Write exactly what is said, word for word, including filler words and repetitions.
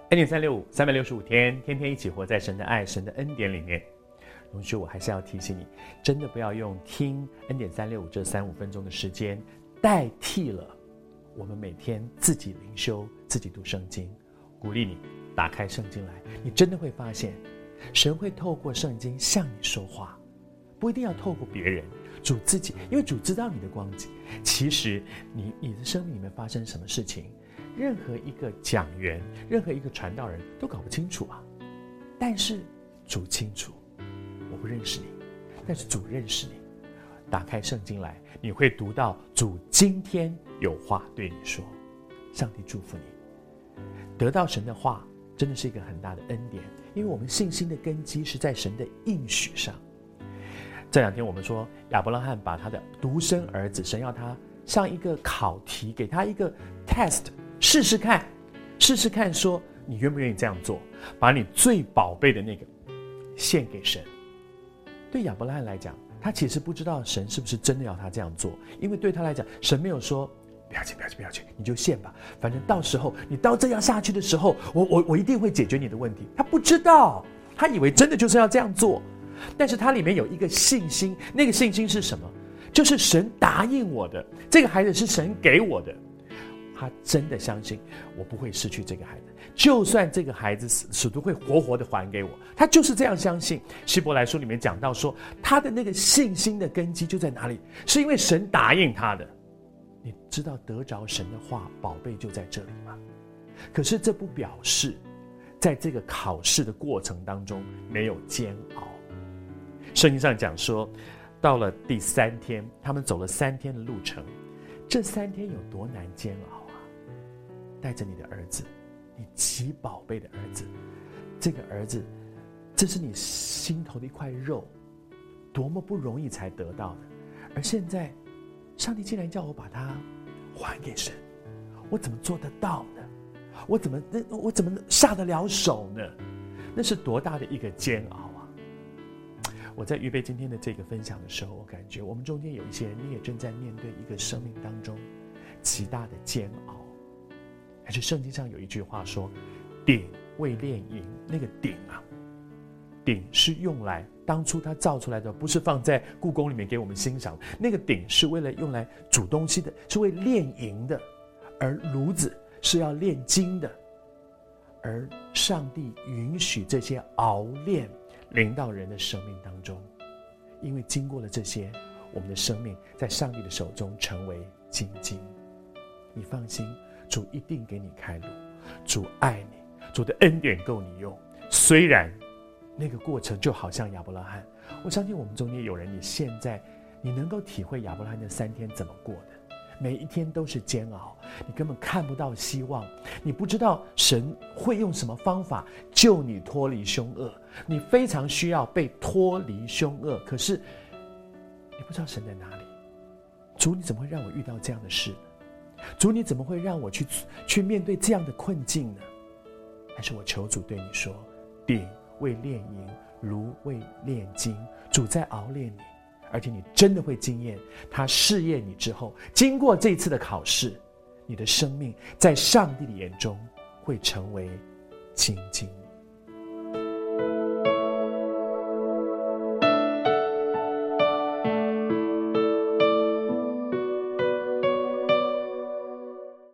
恩典三六五，三百六十五天，天天一起活在神的爱、神的恩典里面。容许我还是要提醒你，真的不要用听恩典三六五这三五分钟的时间代替了我们每天自己灵修、自己读圣经。鼓励你打开圣经来，你真的会发现，神会透过圣经向你说话，不一定要透过别人，主自己，因为主知道你的光景。其实你你的生命里面发生什么事情，任何一个讲员，任何一个传道人都搞不清楚啊。但是主清楚，我不认识你，但是主认识你。打开圣经来，你会读到主今天有话对你说。上帝祝福你，得到神的话真的是一个很大的恩典，因为我们信心的根基是在神的应许上。这两天我们说亚伯拉罕把他的独生儿子，神要他上一个考题，给他一个 test， 试试看试试看说你愿不愿意这样做，把你最宝贝的那个献给神。对亚伯拉罕来讲，他其实不知道神是不是真的要他这样做，因为对他来讲，神没有说不要紧不要紧不要紧，你就献吧，反正到时候你到这样下去的时候，我我我一定会解决你的问题。他不知道，他以为真的就是要这样做，但是他里面有一个信心，那个信心是什么？就是神答应我的，这个孩子是神给我的，他真的相信我不会失去这个孩子，就算这个孩子死，主都会活活的还给我。他就是这样相信。希伯来书里面讲到说，他的那个信心的根基就在哪里？是因为神答应他的。你知道得着神的话，宝贝就在这里吗？可是这不表示在这个考试的过程当中没有煎熬。圣经上讲说，到了第三天，他们走了三天的路程，这三天有多难煎熬啊！带着你的儿子，你极宝贝的儿子，这个儿子，这是你心头的一块肉，多么不容易才得到的，而现在上帝竟然叫我把它还给神，我怎么做得到呢？我怎么我怎么下得了手呢？那是多大的一个煎熬啊！我在预备今天的这个分享的时候，我感觉我们中间有一些人，你也正在面对一个生命当中极大的煎熬。还是圣经上有一句话说，鼎为炼银，那个鼎啊，鼎是用来当初它造出来的，不是放在故宫里面给我们欣赏，那个鼎是为了用来煮东西的，是为炼银的，而炉子是要炼金的。而上帝允许这些熬炼临到人的生命当中，因为经过了这些，我们的生命在上帝的手中成为精金。你放心，主一定给你开路，主爱你，主的恩典够你用。虽然那个过程就好像亚伯拉罕，我相信我们中间有人，你现在你能够体会亚伯拉罕那三天怎么过的，每一天都是煎熬，你根本看不到希望，你不知道神会用什么方法救你脱离凶恶，你非常需要被脱离凶恶，可是你不知道神在哪里。主，你怎么会让我遇到这样的事？主，你怎么会让我去去面对这样的困境呢？但是我求主对你说，鼎为炼银，炉为炼金，主在熬炼你，而且你真的会经验他试验你之后，经过这次的考试，你的生命在上帝的眼中会成为精金。